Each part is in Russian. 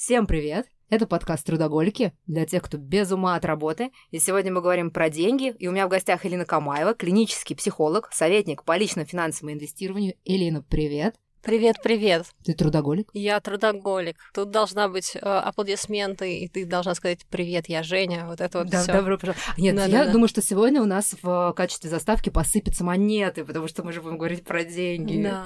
Всем привет! Это подкаст «Трудоголики» для тех, кто без ума от работы. И сегодня мы говорим про деньги. И у меня в гостях Элина Камаева, клинический психолог, советник по личным финансам и инвестированию. Элина, привет! Привет. Ты трудоголик? Я трудоголик. Тут должна быть аплодисменты, и ты должна сказать «Привет, я Женя». Вот это вот Да, всё. добро пожаловать. Нет, я думаю, что сегодня у нас в качестве заставки посыпятся монеты, потому что мы же будем говорить про деньги. Да.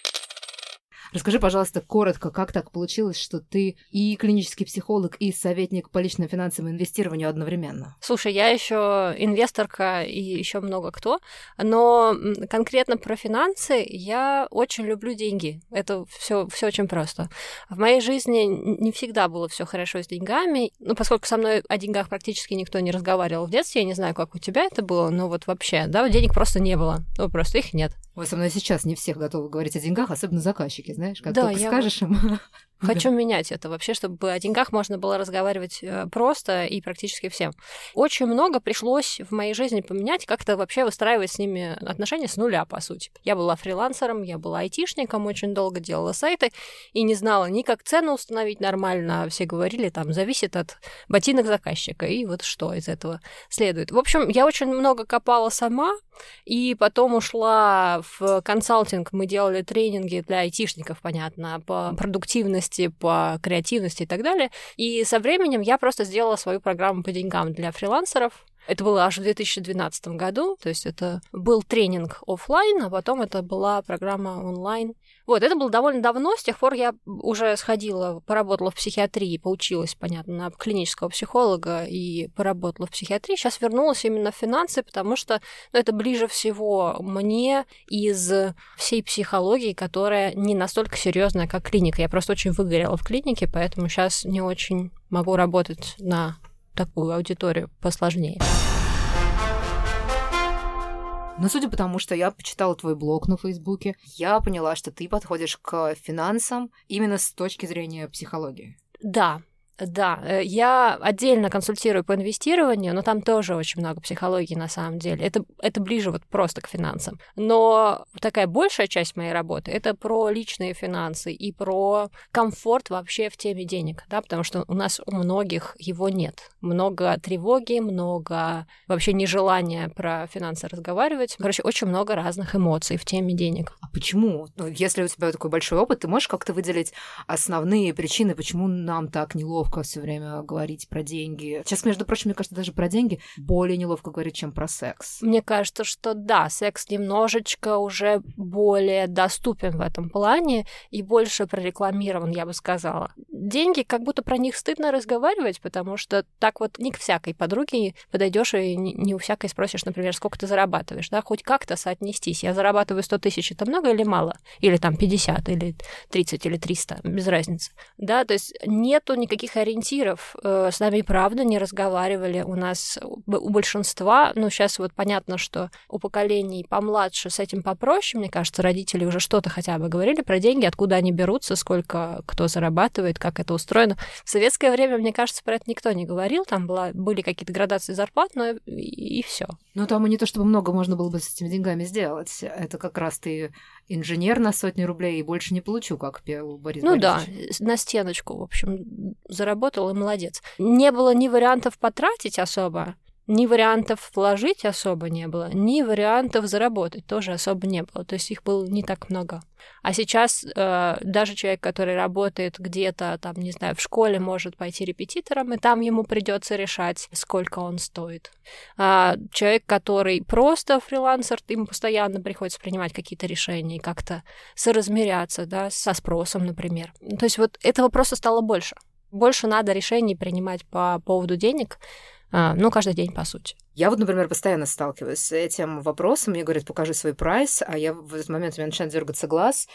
Расскажи, пожалуйста, коротко, как так получилось, что ты и клинический психолог, и советник по личным финансам и инвестированию одновременно? Слушай, я еще инвесторка и еще много кто, но конкретно про финансы я очень люблю деньги. Это все очень просто. В моей жизни не всегда было все хорошо с деньгами, поскольку со мной о деньгах практически никто не разговаривал в детстве, я не знаю, как у тебя это было, но вот вообще, да, денег просто не было, просто их нет. Вы со мной сейчас не всех готовы говорить о деньгах, особенно заказчики, знаешь, как да, только скажешь им. Хочу менять это вообще, чтобы о деньгах можно было разговаривать просто и практически всем. Очень много пришлось в моей жизни поменять, как-то вообще выстраивать с ними отношения с нуля, по сути. Я была фрилансером, я была айтишником, очень долго делала сайты и не знала ни как цену установить нормально. Все говорили, там, зависит от ботинок заказчика, и вот что из этого следует. В общем, я очень много копала сама, и потом ушла в консалтинг. Мы делали тренинги для айтишников, понятно, по продуктивности, по креативности и так далее. И со временем я просто сделала свою программу по деньгам для фрилансеров. Это было аж в 2012 году, то есть это был тренинг офлайн, а потом это была программа онлайн. Вот, это было довольно давно, с тех пор я уже сходила, поработала в психиатрии, поучилась, понятно, на клинического психолога и поработала в психиатрии. Сейчас вернулась именно в финансы, потому что это ближе всего мне из всей психологии, которая не настолько серьезная, как клиника. Я просто очень выгорела в клинике, поэтому сейчас не очень могу работать на такую аудиторию посложнее. Но судя по тому, что я почитала твой блог на Фейсбуке, я поняла, что ты подходишь к финансам именно с точки зрения психологии. Да, я отдельно консультирую по инвестированию, но там тоже очень много психологии на самом деле. Это ближе вот просто к финансам. Но такая большая часть моей работы — это про личные финансы и про комфорт вообще в теме денег, да, потому что у нас у многих его нет. Много тревоги, много вообще нежелания про финансы разговаривать. Короче, очень много разных эмоций в теме денег. А почему? Если у тебя такой большой опыт, ты можешь как-то выделить основные причины, почему нам так неловко все время говорить про деньги? Сейчас, между прочим, мне кажется, даже про деньги более неловко говорить, чем про секс. Мне кажется, что да, секс немножечко уже более доступен в этом плане и больше прорекламирован, я бы сказала. Деньги, как будто про них стыдно разговаривать, потому что так вот не к всякой подруге подойдешь и не у всякой спросишь, например, сколько ты зарабатываешь, да, хоть как-то соотнестись. Я зарабатываю 100 тысяч, это много или мало? Или там 50, или 30, или 300, без разницы. Да, то есть нету никаких ориентиров. С нами и правда не разговаривали. У нас у большинства, сейчас вот понятно, что у поколений помладше с этим попроще, мне кажется, родители уже что-то хотя бы говорили про деньги, откуда они берутся, сколько кто зарабатывает, как это устроено. В советское время, мне кажется, про это никто не говорил, там были какие-то градации зарплат, но и все. Там и не то, чтобы много можно было бы с этими деньгами сделать. Это как раз ты инженер на сотни рублей и больше не получу, как пел Борис Борисович. Да, на стеночку, в общем, заработал и молодец. Не было ни вариантов потратить особо, ни вариантов вложить особо не было, ни вариантов заработать тоже особо не было. То есть их было не так много. А сейчас даже человек, который работает где-то, там, не знаю, в школе, может пойти репетитором, и там ему придется решать, сколько он стоит. А человек, который просто фрилансер, ему постоянно приходится принимать какие-то решения и как-то соразмеряться, да, со спросом, например. То есть вот этого просто стало больше. Больше надо решений принимать по поводу денег, каждый день, по сути. Я вот, например, постоянно сталкиваюсь с этим вопросом. Мне говорят, покажи свой прайс, а я в этот момент у меня начинает дергаться глаз,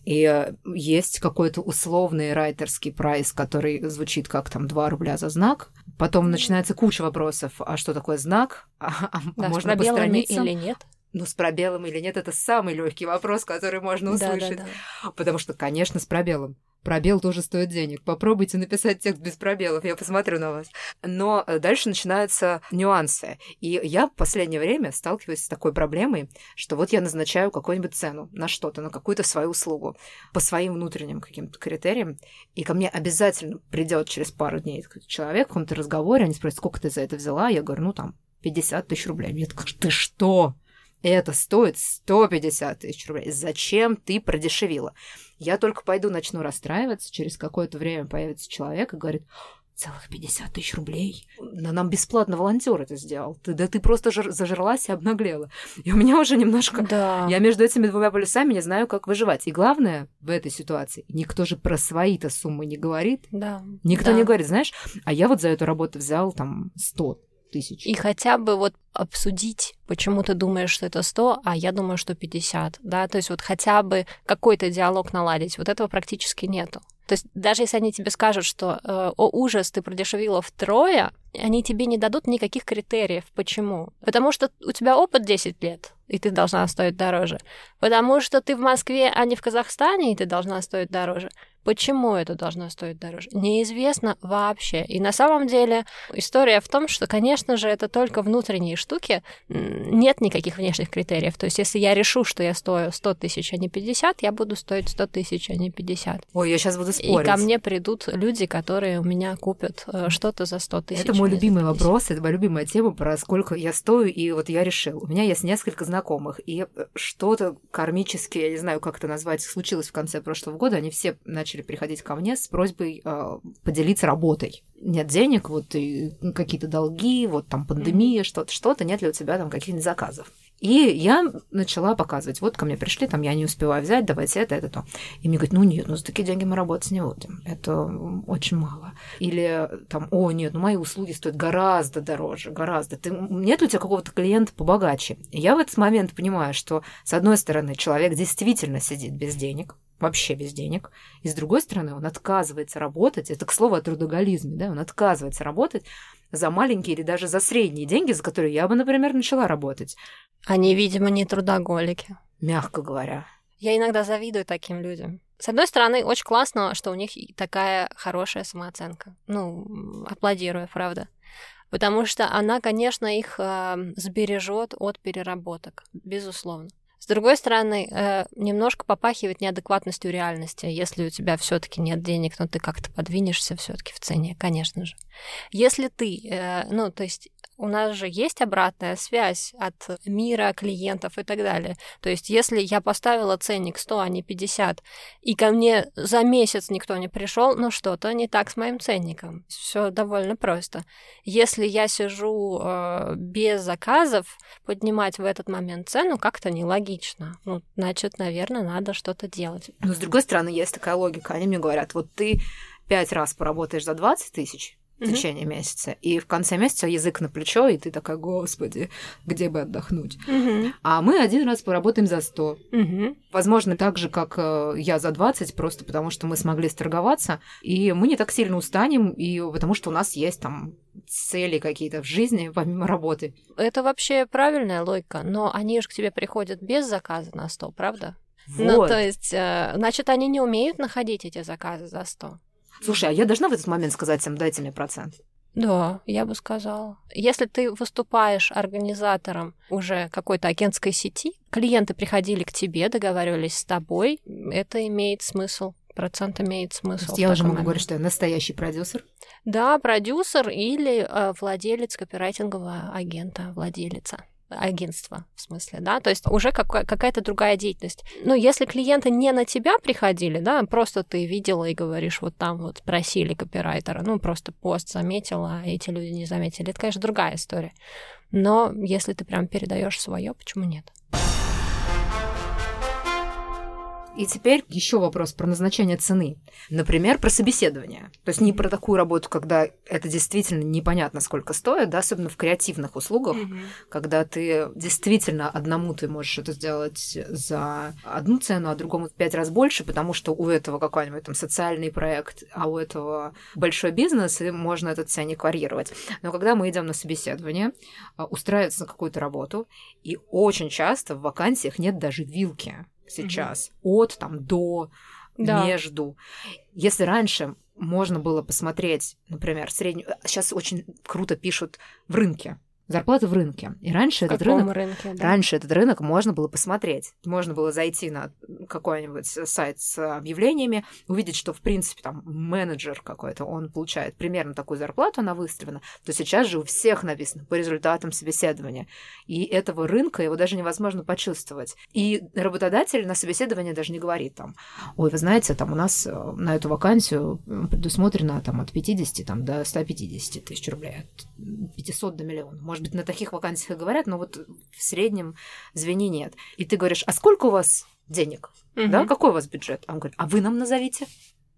и есть какой-то условный райтерский прайс, который звучит как там 2 рубля за знак. Потом начинается куча вопросов, а что такое знак? Да, можно с по страницам или нет? С пробелом или нет, это самый легкий вопрос, который можно услышать. Да. Потому что, конечно, с пробелом. Пробел тоже стоит денег. Попробуйте написать текст без пробелов, я посмотрю на вас. Но дальше начинаются нюансы. И я в последнее время сталкиваюсь с такой проблемой, что вот я назначаю какую-нибудь цену на что-то, на какую-то свою услугу по своим внутренним каким-то критериям, и ко мне обязательно придет через пару дней человек в каком-то разговоре, они спросят, сколько ты за это взяла? Я говорю, 50 тысяч рублей. Мне так, ты что? Это стоит 150 тысяч рублей. Зачем ты продешевила? Я только пойду начну расстраиваться, через какое-то время появится человек и говорит, целых 50 тысяч рублей. Нам бесплатно волонтер это сделал. Ты просто зажралась и обнаглела. И у меня уже немножко... Да. Я между этими двумя полюсами не знаю, как выживать. И главное в этой ситуации, никто же про свои-то суммы не говорит. Да. Никто не говорит, знаешь, а я вот за эту работу взял 100 тысяч. И хотя бы вот обсудить, почему ты думаешь, что это 100, а я думаю, что 50, да, то есть вот хотя бы какой-то диалог наладить, вот этого практически нету. То есть даже если они тебе скажут, что «О, ужас, ты продешевила втрое», они тебе не дадут никаких критериев. Почему? Потому что у тебя опыт 10 лет, и ты должна стоить дороже. Потому что ты в Москве, а не в Казахстане, и ты должна стоить дороже. Почему это должно стоить дороже? Неизвестно вообще. И на самом деле история в том, что, конечно же, это только внутренние штуки, нет никаких внешних критериев. То есть если я решу, что я стою 100 тысяч, а не 50, я буду стоить 100 тысяч, а не 50. Ой, я сейчас буду спорить. И ко мне придут люди, которые у меня купят что-то за 100 тысяч. Это мой любимый вопрос, это моя любимая тема, про сколько я стою, и вот я решил. У меня есть несколько знакомых, и что-то кармически, я не знаю, как это назвать, случилось в конце прошлого года, они все начали приходить ко мне с просьбой поделиться работой. Нет денег, вот и какие-то долги, вот там пандемия, что-то, нет ли у тебя там каких-нибудь заказов. И я начала показывать, вот ко мне пришли, там я не успеваю взять, давайте это, то. И мне говорят, нет, за такие деньги мы работать не будем, это очень мало. Или там, нет, мои услуги стоят гораздо дороже, гораздо. Нет у тебя какого-то клиента побогаче? И я в этот момент понимаю, что, с одной стороны, человек действительно сидит без денег, вообще без денег, и с другой стороны, он отказывается работать, это к слову о трудоголизме, да, он отказывается работать за маленькие или даже за средние деньги, за которые я бы, например, начала работать. Они, видимо, не трудоголики. Мягко говоря. Я иногда завидую таким людям. С одной стороны, очень классно, что у них такая хорошая самооценка. Аплодирую, правда. Потому что она, конечно, их сбережет от переработок, безусловно. С другой стороны, немножко попахивает неадекватностью реальности. Если у тебя все-таки нет денег, но ты как-то подвинешься все-таки в цене, конечно же. Если ты, то есть у нас же есть обратная связь от мира, клиентов и так далее. То есть если я поставила ценник 100, а не 50, и ко мне за месяц никто не пришел, что-то не так с моим ценником. Все довольно просто. Если я сижу без заказов, поднимать в этот момент цену как-то нелогично. Значит, наверное, надо что-то делать. Но с другой стороны, есть такая логика. Они мне говорят, вот ты 5 раз поработаешь за 20 тысяч в течение месяца, и в конце месяца язык на плечо, и ты такая, господи, где бы отдохнуть? А мы 1 раз поработаем за 100. Возможно, так же, как я за 20, просто потому что мы смогли сторговаться, и мы не так сильно устанем, и потому что у нас есть там цели какие-то в жизни, помимо работы. Это вообще правильная логика, но они же к тебе приходят без заказа на 100, правда? Вот. То есть, значит, они не умеют находить эти заказы за 100. Слушай, а я должна в этот момент сказать всем, дайте мне процент? Да, я бы сказала. Если ты выступаешь организатором уже какой-то агентской сети, клиенты приходили к тебе, договаривались с тобой, это имеет смысл. Процент имеет смысл. Я уже могу говорить, что я настоящий продюсер? Да, продюсер или владелец копирайтингового агента, владелица. Агентство, в смысле, да, то есть уже какая-то другая деятельность. Если клиенты не на тебя приходили, да, просто ты видела и говоришь, вот там вот просили копирайтера, просто пост заметила, а эти люди не заметили, это, конечно, другая история. Но если ты прям передаешь свое, почему нет? И теперь еще вопрос про назначение цены. Например, про собеседование. То есть не про такую работу, когда это действительно непонятно, сколько стоит, да, особенно в креативных услугах, когда ты действительно одному ты можешь это сделать за одну цену, а другому в 5 раз больше, потому что у этого какой-нибудь там социальный проект, а у этого большой бизнес, и можно этот ценник варьировать. Но когда мы идем на собеседование, устраиваться на какую-то работу, и очень часто в вакансиях нет даже вилки. Сейчас от там до между. Если раньше можно было посмотреть, например, среднюю... Сейчас очень круто пишут в рынке. Зарплаты в рынке. И раньше этот рынок можно было посмотреть. Можно было зайти на какой-нибудь сайт с объявлениями, увидеть, что, в принципе, там менеджер какой-то, он получает примерно такую зарплату, она выставлена, то сейчас же у всех написано по результатам собеседования. И этого рынка его даже невозможно почувствовать. И работодатель на собеседовании даже не говорит там: ой, вы знаете, там у нас на эту вакансию предусмотрено там от 50 там, до 150 тысяч рублей, от 500 до миллиона. Может быть, на таких вакансиях и говорят, но вот в среднем звене нет. И ты говоришь: а сколько у вас денег? Да, какой у вас бюджет? А он говорит: а вы нам назовите.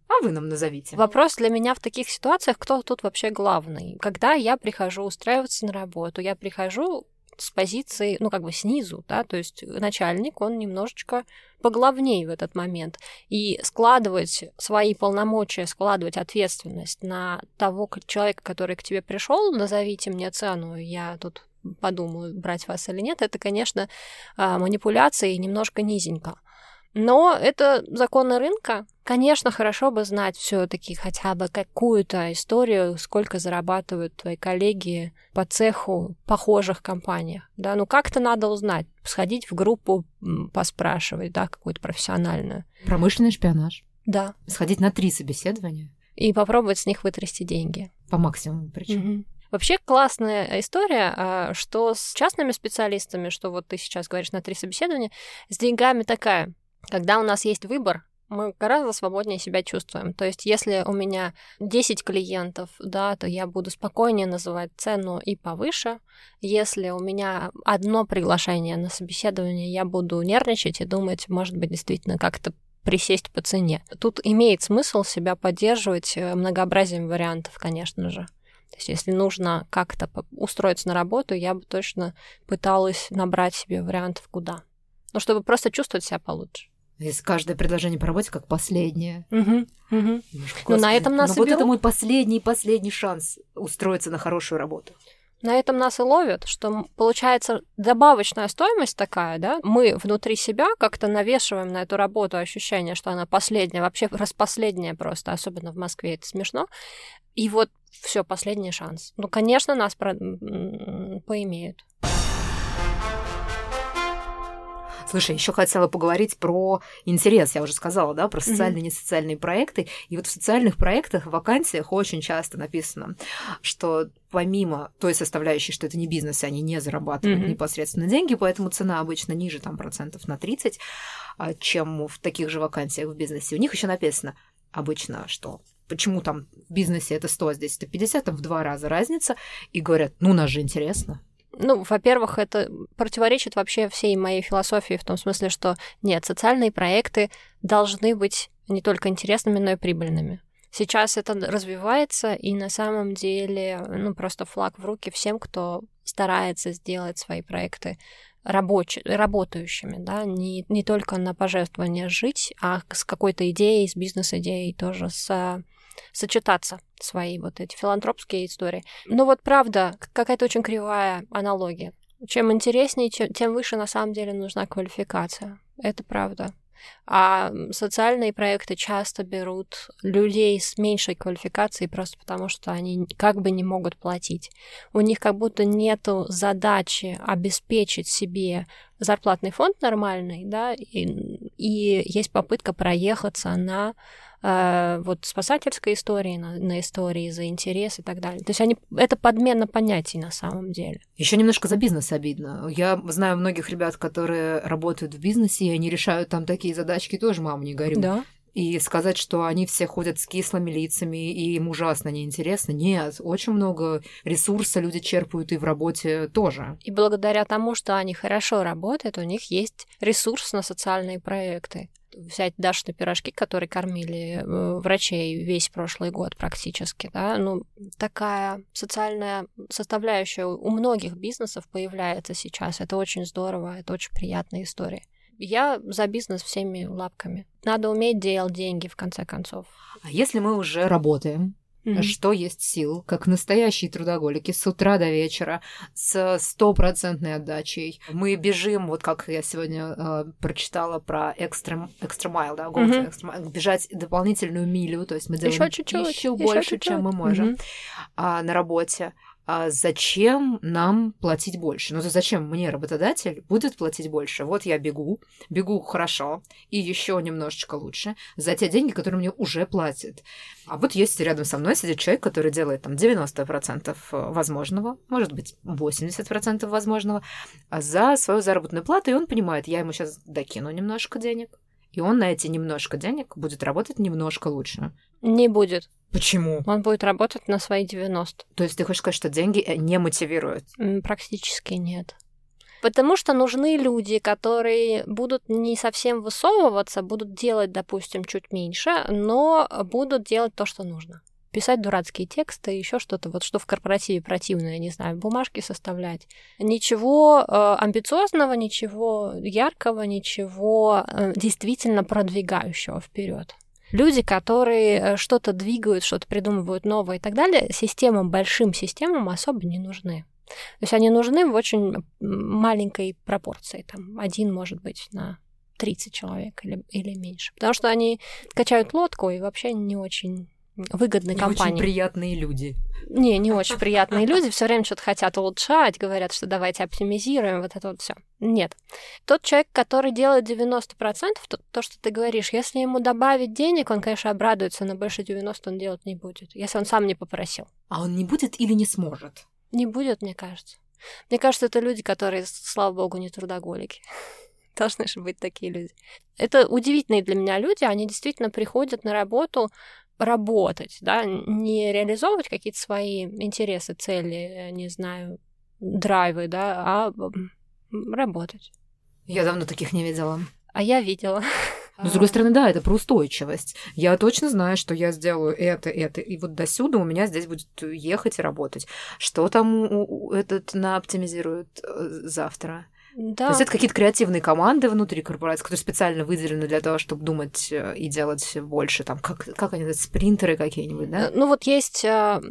Вопрос для меня в таких ситуациях: кто тут вообще главный? Когда я прихожу устраиваться на работу, я прихожу с позиции, снизу, да, то есть начальник, он немножечко поглавнее в этот момент. И складывать свои полномочия, складывать ответственность на того человека, который к тебе пришел, назовите мне цену, я тут подумаю, брать вас или нет, это, конечно, манипуляция и немножко низенько. Но это законы рынка. Конечно, хорошо бы знать все-таки хотя бы какую-то историю, сколько зарабатывают твои коллеги по цеху в похожих компаниях. Да? Как-то надо узнать, сходить в группу, поспрашивать, да, какую-то профессиональную. Промышленный шпионаж. Да. Сходить на 3 собеседования. И попробовать с них вытрясти деньги. По максимуму причем. Вообще классная история, что с частными специалистами, что вот ты сейчас говоришь на 3 собеседования, с деньгами такая. Когда у нас есть выбор, мы гораздо свободнее себя чувствуем. То есть если у меня 10 клиентов, да, то я буду спокойнее называть цену и повыше. Если у меня одно приглашение на собеседование, я буду нервничать и думать, может быть, действительно как-то присесть по цене. Тут имеет смысл себя поддерживать многообразием вариантов, конечно же. То есть если нужно как-то устроиться на работу, я бы точно пыталась набрать себе вариантов куда. Чтобы просто чувствовать себя получше. Если каждое предложение по работе как последнее. На этом нас и вот это мой последний шанс устроиться на хорошую работу. На этом нас и ловят, что получается добавочная стоимость такая, да? Мы внутри себя как-то навешиваем на эту работу ощущение, что она последняя, вообще распоследняя просто, особенно в Москве, это смешно. И вот все, последний шанс. Конечно, нас поимеют. Слушай, еще хотела поговорить про интерес, я уже сказала, да, про социальные и несоциальные проекты. И вот в социальных проектах, в вакансиях очень часто написано, что помимо той составляющей, что это не бизнес, они не зарабатывают непосредственно деньги, поэтому цена обычно ниже там 30%, чем в таких же вакансиях в бизнесе. У них еще написано обычно, что почему там в бизнесе это 100, а здесь это 50, там в 2 раза разница, и говорят: у нас же интересно. Во-первых, это противоречит вообще всей моей философии в том смысле, что нет, социальные проекты должны быть не только интересными, но и прибыльными. Сейчас это развивается, и на самом деле, просто флаг в руки всем, кто старается сделать свои проекты работающими, да, не только на пожертвование жить, а с какой-то идеей, с бизнес-идеей тоже сочетаться свои вот эти филантропские истории. Но правда, какая-то очень кривая аналогия. Чем интереснее, тем выше на самом деле нужна квалификация. Это правда. А социальные проекты часто берут людей с меньшей квалификацией просто потому, что они как бы не могут платить. У них как будто нету задачи обеспечить себе зарплатный фонд нормальный, да, и есть попытка проехаться на спасательской истории, на истории за интерес и так далее. То есть это подмена понятий на самом деле. Еще немножко за бизнес обидно. Я знаю многих ребят, которые работают в бизнесе, и они решают там такие задачки, тоже, мама, не горюй. Да. И сказать, что они все ходят с кислыми лицами, и им ужасно неинтересно. Нет, очень много ресурса люди черпают и в работе тоже. И благодаря тому, что они хорошо работают, у них есть ресурс на социальные проекты. Взять Дашины пирожки, которые кормили врачей весь прошлый год практически, да, такая социальная составляющая у многих бизнесов появляется сейчас. Это очень здорово, это очень приятная история. Я за бизнес всеми лапками. Надо уметь делать деньги, в конце концов. А если мы уже работаем, что есть сил, как настоящие трудоголики, с утра до вечера, с 100% отдачей. Мы бежим, вот как я сегодня прочитала про extra mile, да, extra mile, бежать дополнительную милю, то есть мы делаем еще больше, чем мы можем на работе. А зачем нам платить больше? Ну, зачем мне работодатель будет платить больше? Вот я бегу хорошо, и еще немножечко лучше за те деньги, которые мне уже платят. А вот есть рядом со мной сидит человек, который делает там 90% возможного, может быть, 80% возможного за свою заработную плату, и он понимает, я ему сейчас докину немножко денег, и он на эти немножко денег будет работать немножко лучше. Не будет. Почему? Он будет работать на свои 90. То есть ты хочешь сказать, что деньги не мотивируют? Практически нет. Потому что нужны люди, которые будут не совсем высовываться, будут делать, допустим, чуть меньше, но будут делать то, что нужно. Писать дурацкие тексты, еще что-то, вот что в корпоративе противное, не знаю, бумажки составлять. Ничего амбициозного, ничего яркого, ничего действительно продвигающего вперед. Люди, которые что-то двигают, что-то придумывают новое и так далее, большим системам особо не нужны. То есть они нужны в очень маленькой пропорции. Там 1, может быть, на 30 человек или меньше. Потому что они качают лодку и вообще не очень выгодной компании. Не очень приятные люди. Не очень приятные люди, все время что-то хотят улучшать, говорят, что давайте оптимизируем, вот это вот все. Нет. Тот человек, который делает 90%, то, что ты говоришь, если ему добавить денег, он, конечно, обрадуется, но больше 90% он делать не будет, если он сам не попросил. А он не будет или не сможет? Не будет, мне кажется. Мне кажется, это люди, которые, слава богу, не трудоголики. Должны же быть такие люди. Это удивительные для меня люди, они действительно приходят на работу работать, да, не реализовывать какие-то свои интересы, цели, не знаю, драйвы, да, а работать. Я давно таких не видела. А я видела. Но, с другой стороны, да, это про устойчивость. Я точно знаю, что я сделаю это, и вот досюда у меня здесь будет ехать и работать. Что там этот наоптимизирует завтра? Да. То есть это какие-то креативные команды внутри корпорации, которые специально выделены для того, чтобы думать и делать больше, там, как они, спринтеры какие-нибудь, да? Ну вот есть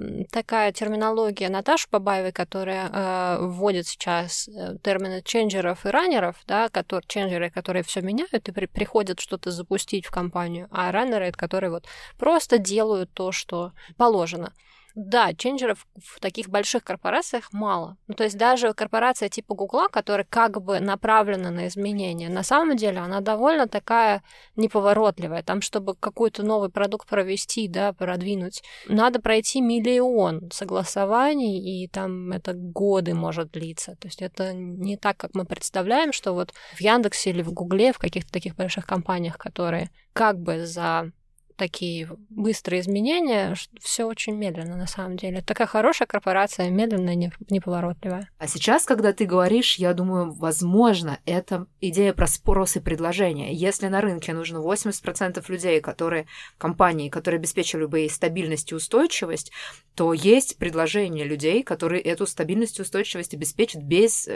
такая терминология Наташи Бабаевой, которая вводит сейчас термины ченджеров и раннеров, да, ченджеры, которые все меняют и приходят что-то запустить в компанию, а раннеры, которые вот просто делают то, что положено. Да, ченджеров в таких больших корпорациях мало. Ну, то есть даже корпорация типа Гугла, которая как бы направлена на изменения, на самом деле она довольно такая неповоротливая. Там, чтобы какой-то новый продукт провести, да, продвинуть, надо пройти 1 миллион согласований, и там это годы может длиться. То есть это не так, как мы представляем, что вот в Яндексе или в Гугле, в каких-то таких больших компаниях, которые как бы за такие быстрые изменения, все очень медленно на самом деле. Такая хорошая корпорация, медленная, неповоротливая. А сейчас, когда ты говоришь, я думаю, возможно, это идея про спрос и предложение. Если на рынке нужно 80% людей, компании, которые обеспечивали бы ей стабильность и устойчивость, то есть предложение людей, которые эту стабильность и устойчивость обеспечат без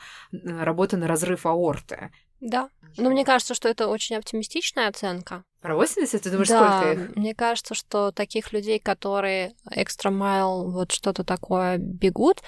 работы на разрыв аорты. Да. Но мне кажется, что это очень оптимистичная оценка. Про 80? Ты думаешь, да, сколько их? Мне кажется, что таких людей, которые extra mile, вот что-то такое бегут,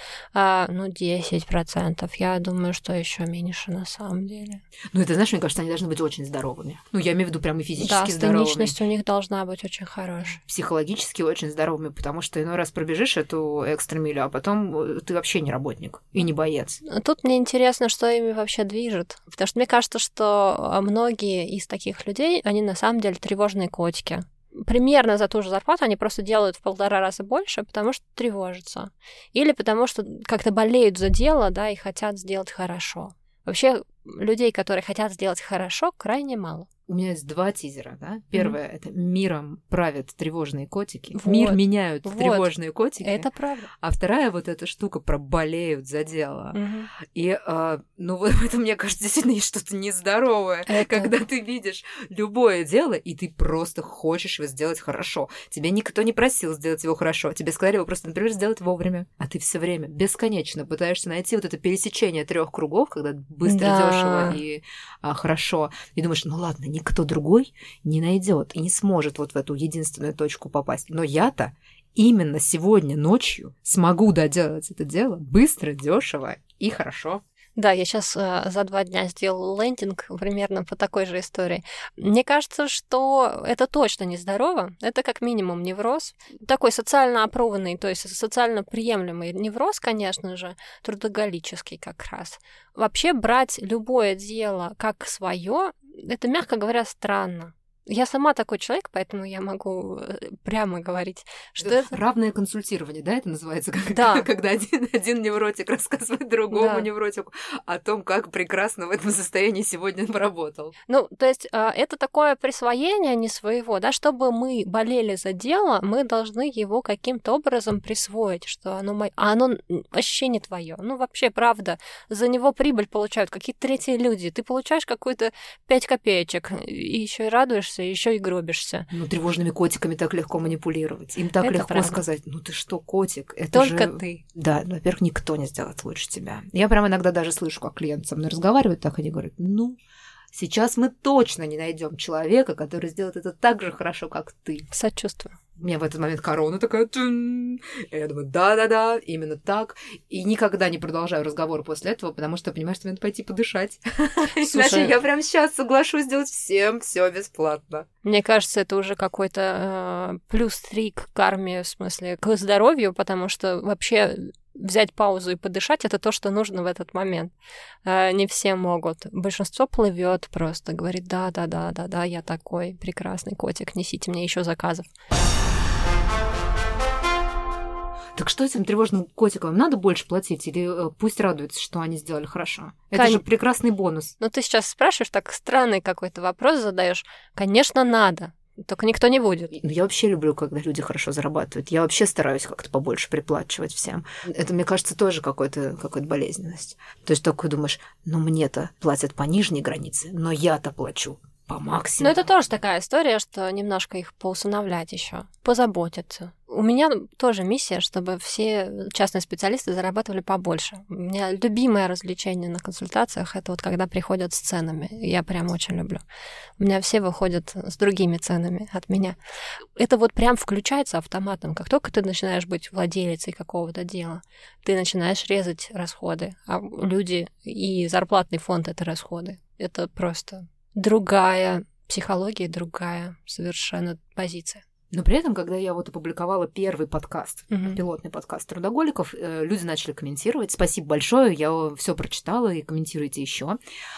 10%. Я думаю, что еще меньше на самом деле. Ну, это, знаешь, мне кажется, они должны быть очень здоровыми. Ну, я имею в виду прям и физически здоровыми. Да, стеничность у них должна быть очень хорошая. Психологически очень здоровыми, потому что иной раз пробежишь эту экстра-милю, а потом ты вообще не работник и не боец. Тут мне интересно, что ими вообще движет. Потому что мне кажется, что многие из таких людей, они на самом деле тревожные котики. Примерно за ту же зарплату они просто делают в 1,5 раза больше, потому что тревожатся. Или потому что как-то болеют за дело, да, и хотят сделать хорошо. Вообще, людей, которые хотят сделать хорошо, крайне мало. У меня есть 2 тизера, да? Первое это миром правят тревожные котики. Вот. Мир меняют тревожные котики. Это правда. А вторая вот эта штука про болеют за дело. И, в этом, мне кажется, действительно есть что-то нездоровое. Когда ты видишь любое дело, и ты просто хочешь его сделать хорошо. Тебя никто не просил сделать его хорошо. Тебе сказали его просто, например, сделать вовремя. А ты все время бесконечно пытаешься найти вот это пересечение 3 кругов, когда быстро, дешево и хорошо. И думаешь, ну ладно, никто другой не найдет и не сможет вот в эту единственную точку попасть. Но я-то именно сегодня ночью смогу доделать это дело быстро, дешево и хорошо. Да, я сейчас за 2 дня сделала лендинг примерно по такой же истории. Мне кажется, что это точно нездорово. Это как минимум невроз. Такой социально опробованный, то есть социально приемлемый невроз, конечно же, трудоголический как раз. Вообще брать любое дело как свое, это, мягко говоря, странно. Я сама такой человек, поэтому я могу прямо говорить, что это... Равное консультирование, да, это называется? Да. Когда один невротик рассказывает другому невротику о том, как прекрасно в этом состоянии сегодня поработал. Ну, то есть это такое присвоение не своего, да, чтобы мы болели за дело, мы должны его каким-то образом присвоить, что оно вообще не твое. Ну, вообще, правда, за него прибыль получают какие-то третьи люди. Ты получаешь какую-то 5 копеечек и еще и радуешься, и еще и гробишься. Ну, тревожными котиками так легко манипулировать. Им так это легко правда. сказать, ну ты что, котик? Это только же... ты. Да, ну, во-первых, никто не сделает лучше тебя. Я прям иногда даже слышу, как клиент со мной разговаривает, так они говорят, ну, сейчас мы точно не найдем человека, который сделает это так же хорошо, как ты. Сочувствую. У меня в этот момент корона такая... И я думаю, да-да-да, именно так. И никогда не продолжаю разговор после этого, потому что понимаю, что мне надо пойти подышать. Иначе я прямо сейчас соглашусь сделать всем все бесплатно. Мне кажется, это уже какой-то плюс 3 к карме, в смысле, к здоровью, потому что вообще взять паузу и подышать — это то, что нужно в этот момент. Не все могут. Большинство плывет просто, говорит, да, я такой прекрасный котик, несите мне еще заказов. Так что этим тревожным котикам надо больше платить или пусть радуются, что они сделали хорошо? Это же прекрасный бонус. Ну, ты сейчас спрашиваешь, так странный какой-то вопрос задаешь. Конечно, надо. Только никто не будет. Я вообще люблю, когда люди хорошо зарабатывают. Я вообще стараюсь как-то побольше приплачивать всем. Это, мне кажется, тоже какая-то болезненность. То есть такой думаешь, ну мне-то платят по нижней границе, но я-то плачу по максимуму. Но это тоже такая история, что немножко их поусыновлять еще, позаботиться. У меня тоже миссия, чтобы все частные специалисты зарабатывали побольше. У меня любимое развлечение на консультациях — это вот когда приходят с ценами. Я прям очень люблю. У меня все выходят с другими ценами от меня. Это вот прям включается автоматом. Как только ты начинаешь быть владелицей какого-то дела, ты начинаешь резать расходы, а люди и зарплатный фонд — это расходы. Это просто другая психология, другая совершенно позиция. Но при этом, когда я вот опубликовала первый подкаст, пилотный подкаст «Трудоголиков», люди начали комментировать. Спасибо большое, я все прочитала, и комментируйте еще.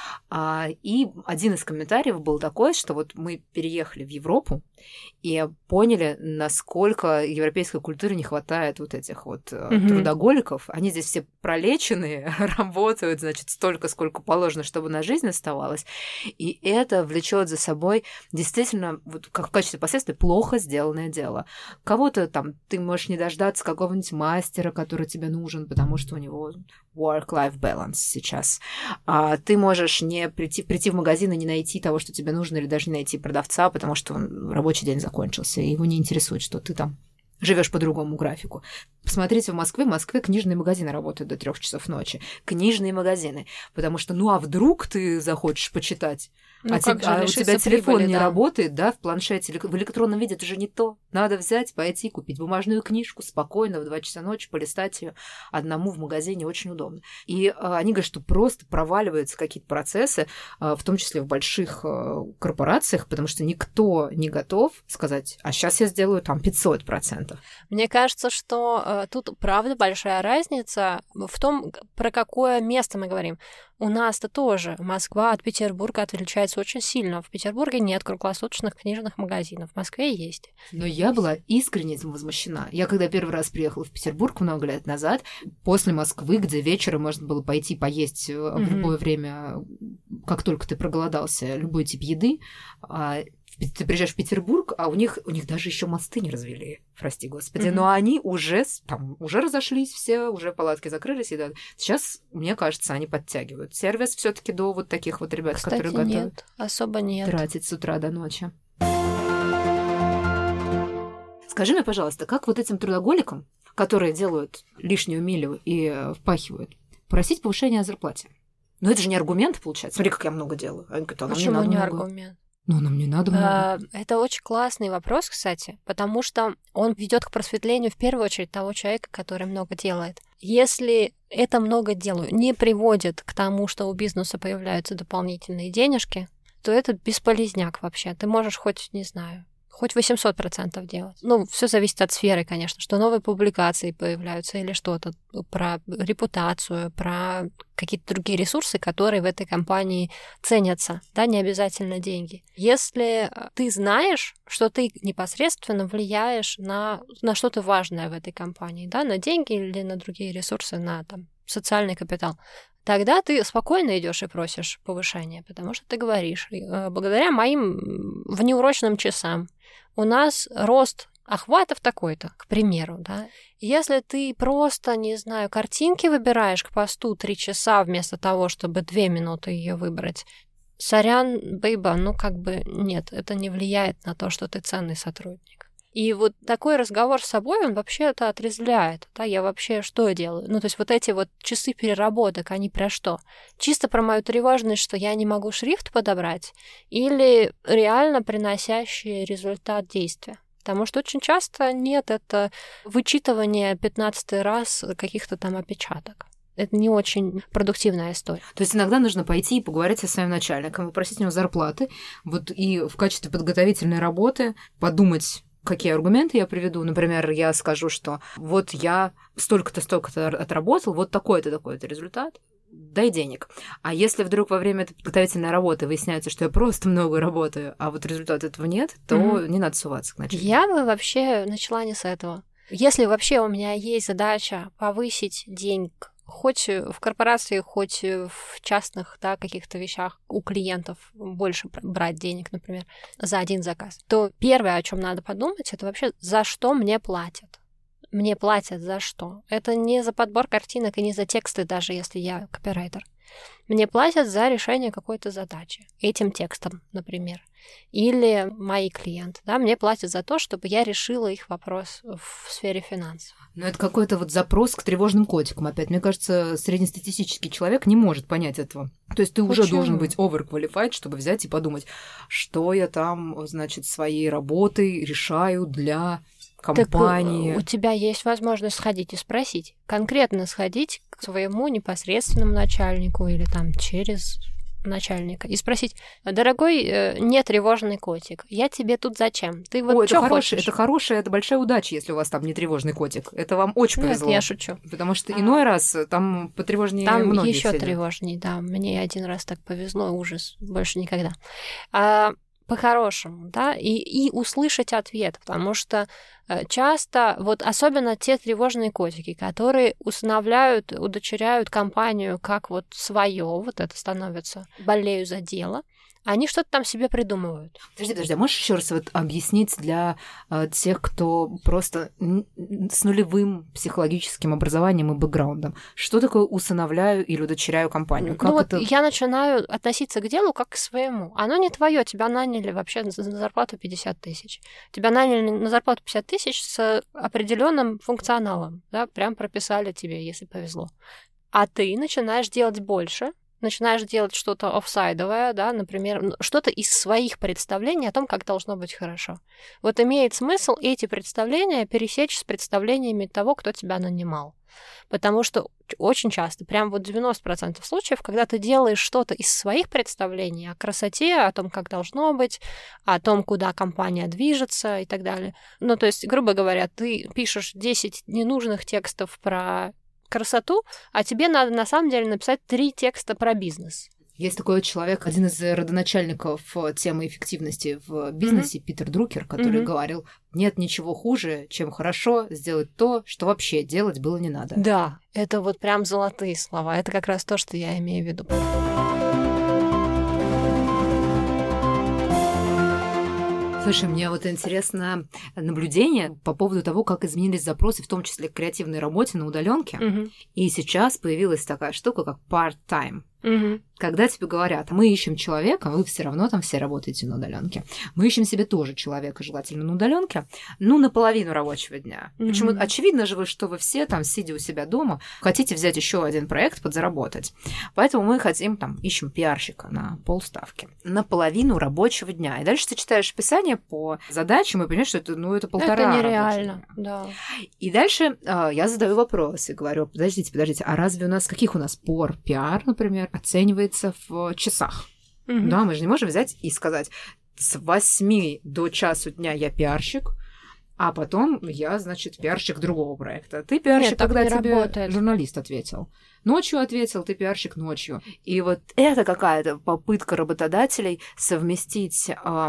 И один из комментариев был такой, что вот мы переехали в Европу и поняли, насколько европейской культуре не хватает вот этих вот трудоголиков. Они здесь все пролеченные, работают, значит, столько, сколько положено, чтобы на жизнь оставалось. И это влечет за собой действительно, вот как в качестве последствия, плохо сделанное дело. Кого-то там ты можешь не дождаться какого-нибудь мастера, который тебе нужен, потому что у него work-life balance сейчас. Ты можешь не прийти в магазин и не найти того, что тебе нужно, или даже не найти продавца, потому что рабочий день закончился, и его не интересует, что ты там живешь по другому графику. Посмотрите, в Москве книжные магазины работают до 3 часов ночи. Книжные магазины. Потому что, а вдруг ты захочешь почитать? Ну, у тебя телефон не работает, да, в планшете, в электронном виде это же не то. Надо взять, пойти, купить бумажную книжку спокойно в 2 часа ночи, полистать ее одному в магазине, очень удобно. И они говорят, что просто проваливаются какие-то процессы, в том числе в больших корпорациях, потому что никто не готов сказать, а сейчас я сделаю там 500%. Мне кажется, что тут, правда, большая разница в том, про какое место мы говорим. У нас-то тоже Москва от Петербурга отличается очень сильно. В Петербурге нет круглосуточных книжных магазинов, в Москве есть. Но я была искренне этим возмущена. Я когда первый раз приехала в Петербург много лет назад, после Москвы, где вечером можно было пойти поесть в любое время, как только ты проголодался, любой тип еды, ты приезжаешь в Петербург, а у них даже еще мосты не развели, прости господи, но они уже разошлись все, уже палатки закрылись, и сейчас, мне кажется, они подтягивают сервис все-таки до вот таких вот ребят, кстати, которые готовы. Нет, особо нет. Тратить с утра до ночи. Скажи мне, пожалуйста, как вот этим трудоголикам, которые делают лишнюю милю и впахивают, просить повышения о зарплате? Ну, это же не аргумент, получается. Смотри, как я много делаю. Они говорят, почему не аргумент? Ну, нам не надо много. Это очень классный вопрос, кстати, потому что он ведет к просветлению в первую очередь того человека, который много делает. Если это много делаю не приводит к тому, что у бизнеса появляются дополнительные денежки, то это бесполезняк вообще. Ты можешь хоть, не знаю, хоть 800% делать. Ну, все зависит от сферы, конечно, что новые публикации появляются или что-то про репутацию, про какие-то другие ресурсы, которые в этой компании ценятся, да, не обязательно деньги. Если ты знаешь, что ты непосредственно влияешь на что-то важное в этой компании, да, на деньги или на другие ресурсы, на там, социальный капитал, тогда ты спокойно идешь и просишь повышения, потому что ты говоришь, благодаря моим внеурочным часам у нас рост охватов такой-то, к примеру, да. Если ты просто, не знаю, картинки выбираешь к посту 3 часа вместо того, чтобы 2 минуты ее выбрать, сорян, бейба, ну как бы нет, это не влияет на то, что ты ценный сотрудник. И вот такой разговор с собой, он вообще это отрезвляет. Да, я вообще что делаю? Ну, то есть вот эти вот часы переработок, они про что? Чисто про мою тревожность, что я не могу шрифт подобрать, или реально приносящие результат действия? Потому что очень часто нет, это вычитывание 15-й раз каких-то там опечаток. Это не очень продуктивная история. То есть иногда нужно пойти и поговорить со своим начальником, попросить у него зарплаты, вот и в качестве подготовительной работы подумать, какие аргументы я приведу. Например, я скажу, что вот я столько-то отработал, вот такой-то результат, дай денег. А если вдруг во время этой подготовительной работы выясняется, что я просто много работаю, а вот результата этого нет, то не надо суваться к начальнику. Я бы вообще начала не с этого. Если вообще у меня есть задача повысить денег, хоть в корпорации, хоть в частных, да, каких-то вещах у клиентов больше брать денег, например, за один заказ, то первое, о чем надо подумать, это вообще, за что мне платят. Мне платят за что? Это не за подбор картинок и не за тексты, даже если я копирайтер. Мне платят за решение какой-то задачи. Этим текстом, например. Или мои клиенты. Да, мне платят за то, чтобы я решила их вопрос в сфере финансов. Но это какой-то вот запрос к тревожным котикам. Опять, мне кажется, среднестатистический человек не может понять этого. То есть ты уже должен быть overqualified, чтобы взять и подумать, что я там, значит, своей работой решаю для компании. Так у тебя есть возможность сходить и спросить. Конкретно сходить к своему непосредственному начальнику или там через начальника и спросить: дорогой, нетревожный котик, я тебе тут зачем? Ты вот что хочешь? Это хорошая, это большая удача, если у вас там нетревожный котик. Это вам очень повезло. Нет, я шучу. Потому что иной раз там потревожнее там многие еще сидят. Тревожней, да. Мне один раз так повезло, ужас, больше никогда. По-хорошему, да, и услышать ответ, потому что часто, вот особенно те тревожные котики, которые усыновляют, удочеряют компанию как вот свое, вот это становится, болею за дело, они что-то там себе придумывают. Подожди, а можешь еще раз вот объяснить для тех, кто просто с нулевым психологическим образованием и бэкграундом, что такое усыновляю или удочеряю компанию? Как вот я начинаю относиться к делу как к своему. Оно не твое, тебя наняли вообще на зарплату 50 тысяч. Тебя наняли на зарплату 50 тысяч с определенным функционалом, да, прям прописали тебе, если повезло. А ты начинаешь делать больше, начинаешь делать что-то офсайдовое, да, например, что-то из своих представлений о том, как должно быть хорошо. Вот имеет смысл эти представления пересечь с представлениями того, кто тебя нанимал. Потому что очень часто, прям вот 90% случаев, когда ты делаешь что-то из своих представлений о красоте, о том, как должно быть, о том, куда компания движется и так далее. Ну, то есть, грубо говоря, ты пишешь 10 ненужных текстов про красоту, а тебе надо на самом деле написать 3 текста про бизнес. Есть такой человек, один из родоначальников темы эффективности в бизнесе, Питер Друкер, который говорил: нет ничего хуже, чем хорошо сделать то, что вообще делать было не надо. Да, это вот прям золотые слова. Это как раз то, что я имею в виду. Слушай, мне вот интересно наблюдение по поводу того, как изменились запросы, в том числе к креативной работе на удаленке. И сейчас появилась такая штука, как part-time. Когда тебе говорят, мы ищем человека, вы все равно там все работаете на удаленке. Мы ищем себе тоже человека, желательно на удаленке, на половину рабочего дня. Почему? Очевидно же, что вы все там, сидя у себя дома, хотите взять еще один проект, подзаработать. Поэтому мы ищем пиарщика на полставки, на половину рабочего дня. И дальше ты читаешь описание по задачам и понимаешь, что это 1,5 Это нереально, да. И дальше я задаю вопрос и говорю, подождите, а разве каких у нас пор пиар, например, оценивается в часах? Да, мы же не можем взять и сказать, с 8 до часу дня я пиарщик, а потом я, пиарщик другого проекта. Ты пиарщик, Нет, когда тебе работает. Журналист ответил. Ночью ответил, ты пиарщик ночью. И вот это какая-то попытка работодателей совместить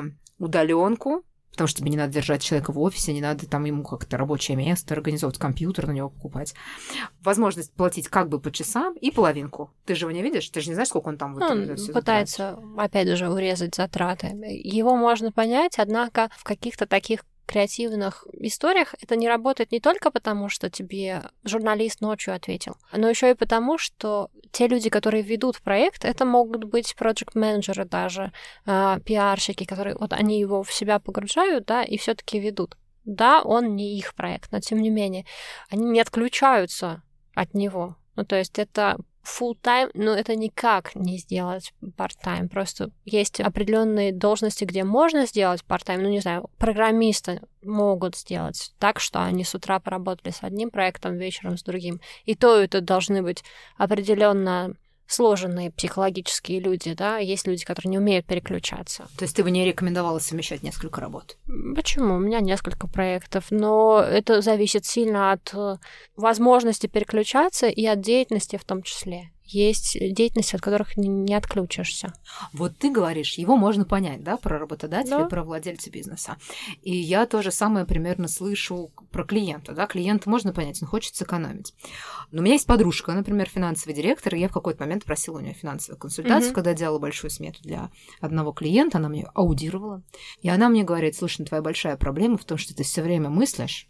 удаленку, потому что тебе не надо держать человека в офисе, не надо ему как-то рабочее место, организовывать компьютер, на него покупать. Возможность платить как бы по часам и половинку. Ты же его не видишь, ты же не знаешь, сколько он там Он пытается, опять же, урезать затраты. Его можно понять, однако в каких-то таких креативных историях это не работает не только потому, что тебе журналист ночью ответил, но еще и потому, что те люди, которые ведут проект, это могут быть проект-менеджеры даже, пиарщики, которые они его в себя погружают, да, и все-таки ведут. Да, он не их проект, но тем не менее они не отключаются от него. То есть это full-time, но это никак не сделать part-time. Просто есть определенные должности, где можно сделать part-time. Программисты могут сделать так, что они с утра поработали с одним проектом, вечером с другим. И то это должны быть определенно сложенные психологические люди, да, есть люди, которые не умеют переключаться. То есть ты бы не рекомендовала совмещать несколько работ? Почему? У меня несколько проектов, но это зависит сильно от возможности переключаться и от деятельности в том числе. Есть деятельности, от которых не отключишься. Вот ты говоришь, его можно понять, да, про работодателя, да, про владельца бизнеса. И я то же самое примерно слышу про клиента, да, клиента можно понять, он хочет сэкономить. Но у меня есть подружка, например, финансовый директор, и я в какой-то момент просила у нее финансовую консультацию, когда я делала большую смету для одного клиента, она мне аудировала, и она мне говорит, слушай, твоя большая проблема в том, что ты все время мыслишь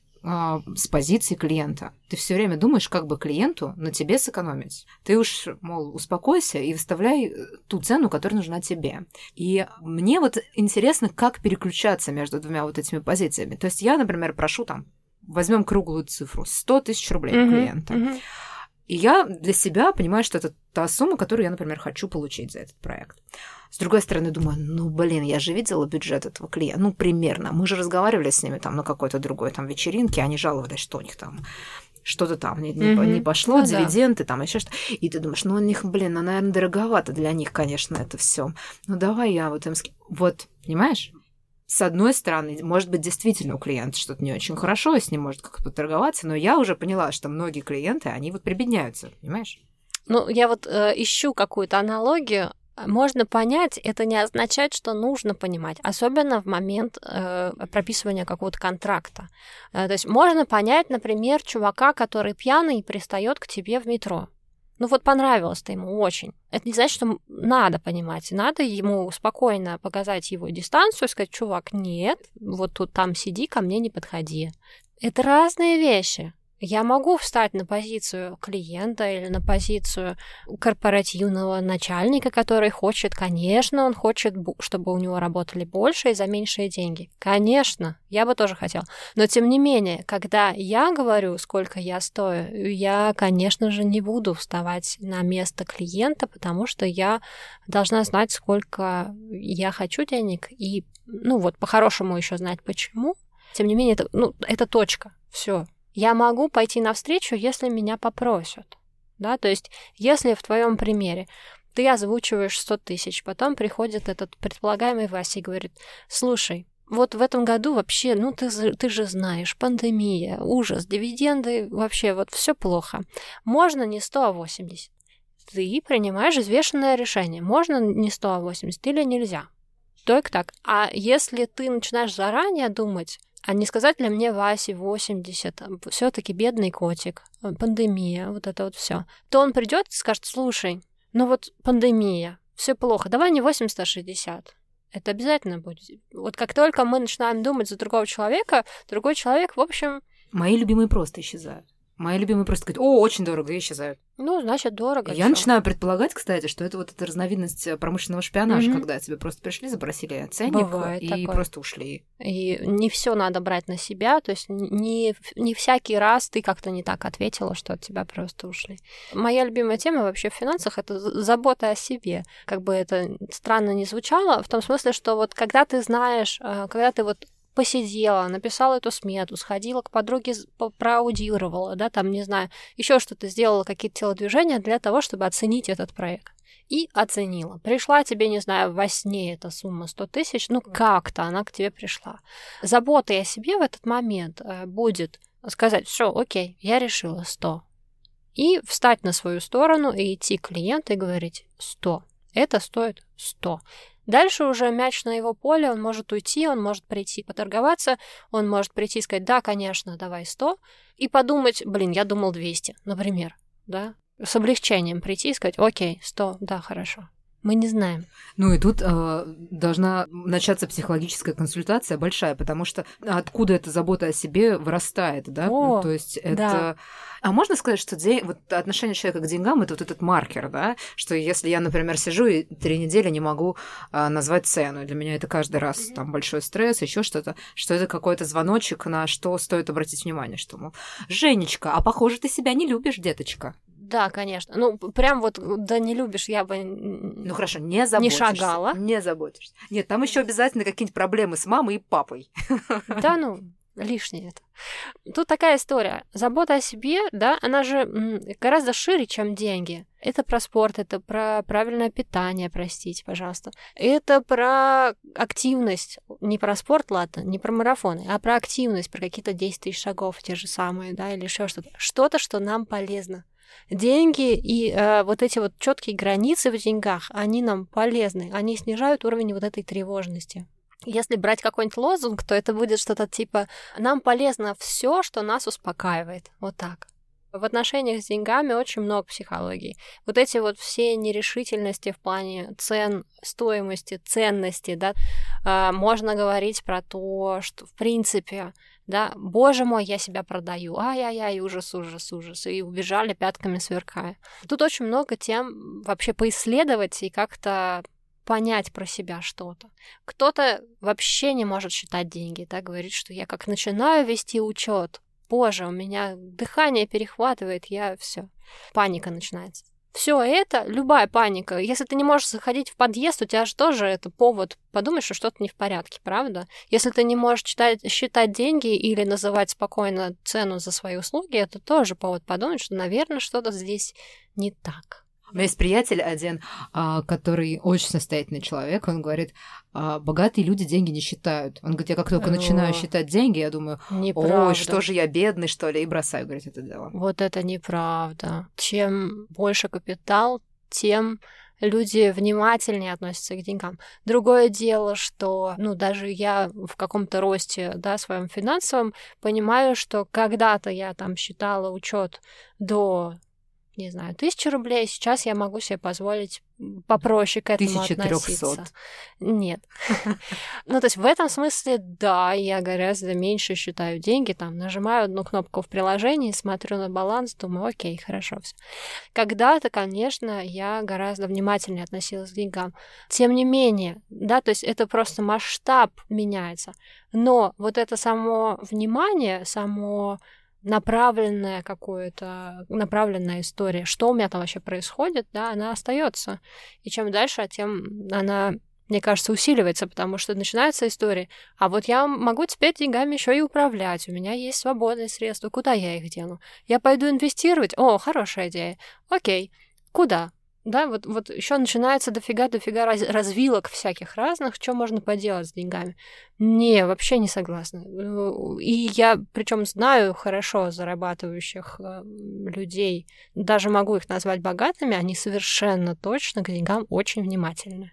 с позиции клиента. Ты все время думаешь, как бы клиенту на тебе сэкономить. Ты уж, успокойся и выставляй ту цену, которая нужна тебе. И мне интересно, как переключаться между двумя этими позициями. То есть я, например, прошу возьмем круглую цифру, 100 тысяч рублей у клиента. И я для себя понимаю, что это та сумма, которую я, например, хочу получить за этот проект. С другой стороны, думаю, я же видела бюджет этого клиента, примерно. Мы же разговаривали с ними на какой-то другой вечеринке, они жаловались, что у них что-то не пошло, дивиденды, еще что-то. И ты думаешь, у них, наверное, дороговато для них, конечно, это все. Давай я им... понимаешь? С одной стороны, может быть, действительно у клиента что-то не очень хорошо, и с ним может как-то поторговаться, но я уже поняла, что многие клиенты, они прибедняются, понимаешь? Я ищу какую-то аналогию. Можно понять, это не означает, что нужно понимать, особенно в момент прописывания какого-то контракта. То есть можно понять, например, чувака, который пьяный пристает к тебе в метро. Понравилось-то ему очень. Это не значит, что надо понимать. Надо ему спокойно показать его дистанцию, сказать, чувак, нет, тут там сиди, ко мне не подходи. Это разные вещи. Я могу встать на позицию клиента или на позицию корпоративного начальника, который хочет, конечно, он хочет, чтобы у него работали больше и за меньшие деньги. Конечно, я бы тоже хотела. Но, тем не менее, когда я говорю, сколько я стою, я, конечно же, не буду вставать на место клиента, потому что я должна знать, сколько я хочу денег и, по-хорошему еще знать, почему. Тем не менее, это точка. Все. Я могу пойти навстречу, если меня попросят. Да? То есть, если в твоем примере ты озвучиваешь 100 тысяч, потом приходит этот предполагаемый Вася и говорит, слушай, в этом году вообще, ты же знаешь, пандемия, ужас, дивиденды, вообще все плохо. Можно не 100, а 80. Ты принимаешь взвешенное решение. Можно не 100, а 80 или нельзя. Только так. А если ты начинаешь заранее думать, а не сказать ли мне Васе 80, все-таки бедный котик, пандемия, это все, то он придет и скажет, слушай, пандемия, все плохо, давай не 80, а 60. Это обязательно будет. Как только мы начинаем думать за другого человека, другой человек, в общем... Мои любимые просто исчезают. Мои любимые просто говорят: о, очень дорого, и исчезают. Ну, значит, дорого. Я начинаю предполагать, кстати, что это вот эта разновидность промышленного шпионажа, когда тебе просто пришли, запросили ценник Бывает и такое. просто ушли. И не все надо брать на себя, то есть не всякий раз ты как-то не так ответила, что от тебя просто ушли. Моя любимая тема вообще в финансах — это забота о себе. Как бы это странно ни звучало, в том смысле, что вот когда ты знаешь, когда ты вот посидела, написала эту смету, сходила к подруге, проаудировала, да, там, не знаю, еще что-то сделала, какие-то телодвижения для того, чтобы оценить этот проект. И оценила. Пришла тебе, не знаю, во сне эта сумма 100 тысяч, ну как-то она к тебе пришла. Заботой о себе в этот момент будет сказать: все, окей, я решила 100. И встать на свою сторону и идти к клиенту и говорить: 100. Это стоит 100. Дальше уже мяч на его поле, он может уйти, он может прийти поторговаться, он может прийти и сказать: да, конечно, давай 100, и подумать: блин, я думал 200, например, да, с облегчением прийти и сказать: окей, 100, да, хорошо. Мы не знаем. Ну и тут должна начаться психологическая консультация большая, потому что откуда эта забота о себе вырастает, да? О, то есть это... да. А можно сказать, что вот отношение человека к деньгам — это вот этот маркер, да? Что если я, например, сижу и 3 недели не могу назвать цену, для меня это каждый раз там большой стресс, еще что-то, что это какой-то звоночек, на что стоит обратить внимание, что, мол, Женечка, а похоже, ты себя не любишь, деточка. Да, конечно. Ну, прям вот, да не любишь, я бы... Ну, хорошо, не заботишься. Не шагала. Не заботишься. Нет, там еще обязательно какие-нибудь проблемы с мамой и папой. Да, ну, лишнее это. Тут такая история. Забота о себе, да, она же гораздо шире, чем деньги. Это про спорт, это про правильное питание, простите, пожалуйста. Это про активность. Не про спорт, ладно, не про марафоны, а про активность, про какие-то 10 тысяч шагов, те же самые, да, или еще что-то. Что-то, что нам полезно. Деньги и вот эти вот четкие границы в деньгах, они нам полезны, они снижают уровень вот этой тревожности. Если брать какой-нибудь лозунг, то это будет что-то типа: нам полезно все, что нас успокаивает. Вот так. В отношениях с деньгами очень много психологии. Вот эти вот все нерешительности в плане цен, стоимости, ценности, да, можно говорить про то, что в принципе, да, боже мой, я себя продаю, ай-яй-яй, ужас, ужас, ужас, и убежали пятками сверкая. Тут очень много тем вообще поисследовать и как-то понять про себя что-то. Кто-то вообще не может считать деньги, да, говорит, что я как начинаю вести учет, боже, у меня дыхание перехватывает, я все, паника начинается. Все это, любая паника, если ты не можешь заходить в подъезд, у тебя же тоже это повод подумать, что что-то не в порядке, правда? Если ты не можешь считать деньги или называть спокойно цену за свои услуги, это тоже повод подумать, что, наверное, что-то здесь не так. У меня есть приятель один, который очень состоятельный человек, он говорит: богатые люди деньги не считают. Он говорит: я как только начинаю считать деньги, я думаю: неправда. Ой, что же я бедный, что ли, и бросаю, говорит, это дело. Вот это неправда. Чем больше капитал, тем люди внимательнее относятся к деньгам. Другое дело, что, ну, даже я в каком-то росте, да, своем финансовом понимаю, что когда-то я там считала учет до, не знаю, 1000 рублей, сейчас я могу себе позволить попроще к этому 1300. относиться. Нет. Ну, то есть в этом смысле, да, я гораздо меньше считаю деньги, там, нажимаю одну кнопку в приложении, смотрю на баланс, думаю: окей, хорошо все. Когда-то, конечно, я гораздо внимательнее относилась к деньгам. Тем не менее, да, то есть это просто масштаб меняется. Но вот это само внимание, само направленная история, что у меня там вообще происходит, да, она остается. И чем дальше, тем она, мне кажется, усиливается, потому что начинается история: а вот я могу теперь деньгами еще и управлять, у меня есть свободные средства, куда я их дену? Я пойду инвестировать? О, хорошая идея. Окей, куда? Да, вот еще начинается дофига развилок всяких разных, что можно поделать с деньгами. Не, вообще не согласна. И я, причем знаю хорошо зарабатывающих людей, даже могу их назвать богатыми, они совершенно точно к деньгам очень внимательны.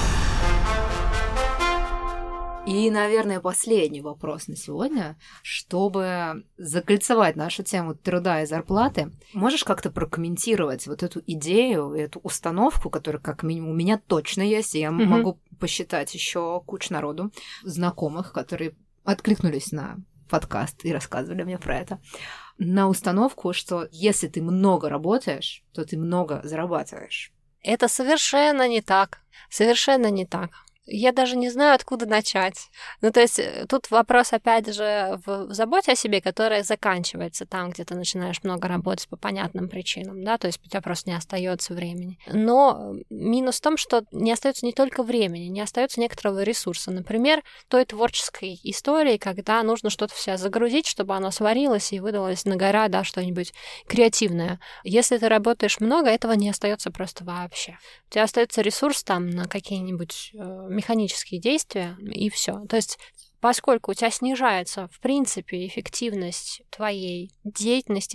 И, наверное, последний вопрос на сегодня, чтобы закольцевать нашу тему труда и зарплаты. Можешь как-то прокомментировать вот эту идею, эту установку, которая, как минимум, у меня точно есть, и я могу посчитать еще кучу народу, знакомых, которые откликнулись на подкаст и рассказывали мне про это, на установку, что если ты много работаешь, то ты много зарабатываешь. Это совершенно не так. Совершенно не так. Я даже не знаю, откуда начать. Ну, то есть тут вопрос, опять же, в заботе о себе, которая заканчивается там, где ты начинаешь много работать по понятным причинам, да, то есть у тебя просто не остается времени. Но минус в том, что не остается не только времени, не остается некоторого ресурса. Например, той творческой истории, когда нужно что-то в себя загрузить, чтобы оно сварилось и выдалось на гора, да, что-нибудь креативное. Если ты работаешь много, этого не остается просто вообще. У тебя остается ресурс там на какие-нибудь механические действия, и все. То есть, поскольку у тебя снижается, в принципе, эффективность твоей деятельности,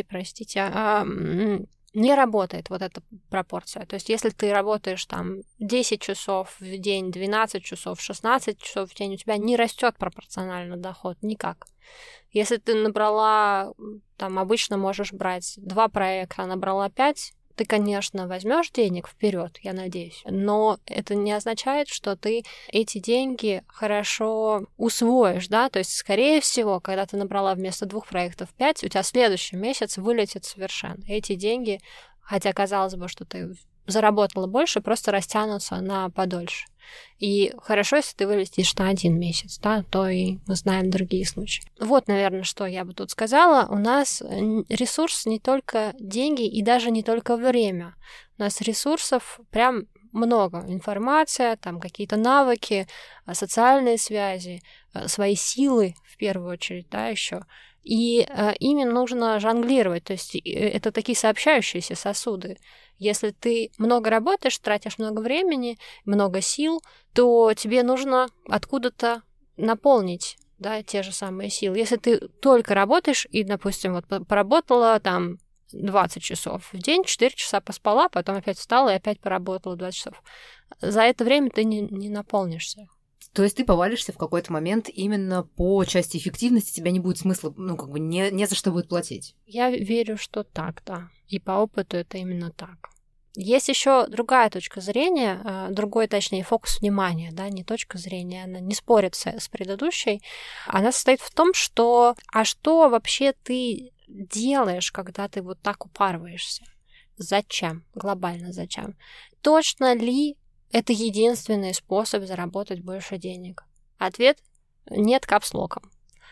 не работает вот эта пропорция. То есть, если ты работаешь там 10 часов в день, 12 часов, 16 часов в день, у тебя не растет пропорционально доход никак. Если ты набрала, там обычно можешь брать 2 проекта, а набрала 5, ты, конечно, возьмешь денег вперед, я надеюсь, но это не означает, что ты эти деньги хорошо усвоишь, да, то есть, скорее всего, когда ты набрала вместо 2 проектов 5, у тебя следующий месяц вылетит совершенно. Эти деньги, хотя казалось бы, что ты заработала больше, просто растянутся на подольше. И хорошо, если ты вылетишь на 1 месяц, да, то и мы знаем другие случаи. Вот, наверное, что я бы тут сказала. У нас ресурс не только деньги и даже не только время. У нас ресурсов прям много. Информация, там какие-то навыки, социальные связи, свои силы, в первую очередь, да, еще. И ими нужно жонглировать, то есть это такие сообщающиеся сосуды. Если ты много работаешь, тратишь много времени, много сил, то тебе нужно откуда-то наполнить, да, те же самые силы. Если ты только работаешь и, допустим, вот поработала там 20 часов в день, 4 часа поспала, потом опять встала и опять поработала 20 часов, за это время ты не наполнишься. То есть ты повалишься в какой-то момент именно по части эффективности, тебя не будет смысла, не за что будет платить. Я верю, что так, да. И по опыту это именно так. Есть еще другая точка зрения, другой, точнее, фокус внимания, да, не точка зрения, она не спорит с предыдущей. Она состоит в том, что что вообще ты делаешь, когда ты вот так упарываешься? Зачем? Глобально зачем? Точно ли это единственный способ заработать больше денег? Ответ – нет капслоком.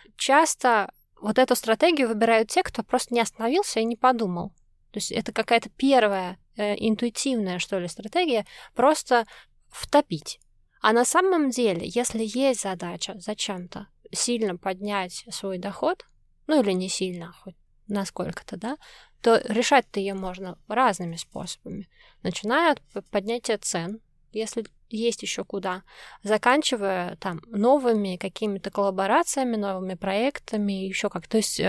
Часто вот эту стратегию выбирают те, кто просто не остановился и не подумал. То есть это какая-то первая интуитивная, что ли, стратегия – просто втопить. А на самом деле, если есть задача зачем-то сильно поднять свой доход, ну или не сильно, хоть насколько-то, да, то решать-то ее можно разными способами. Начиная от поднятия цен, если есть еще куда, заканчивая там новыми какими-то коллаборациями, новыми проектами, еще как. То есть,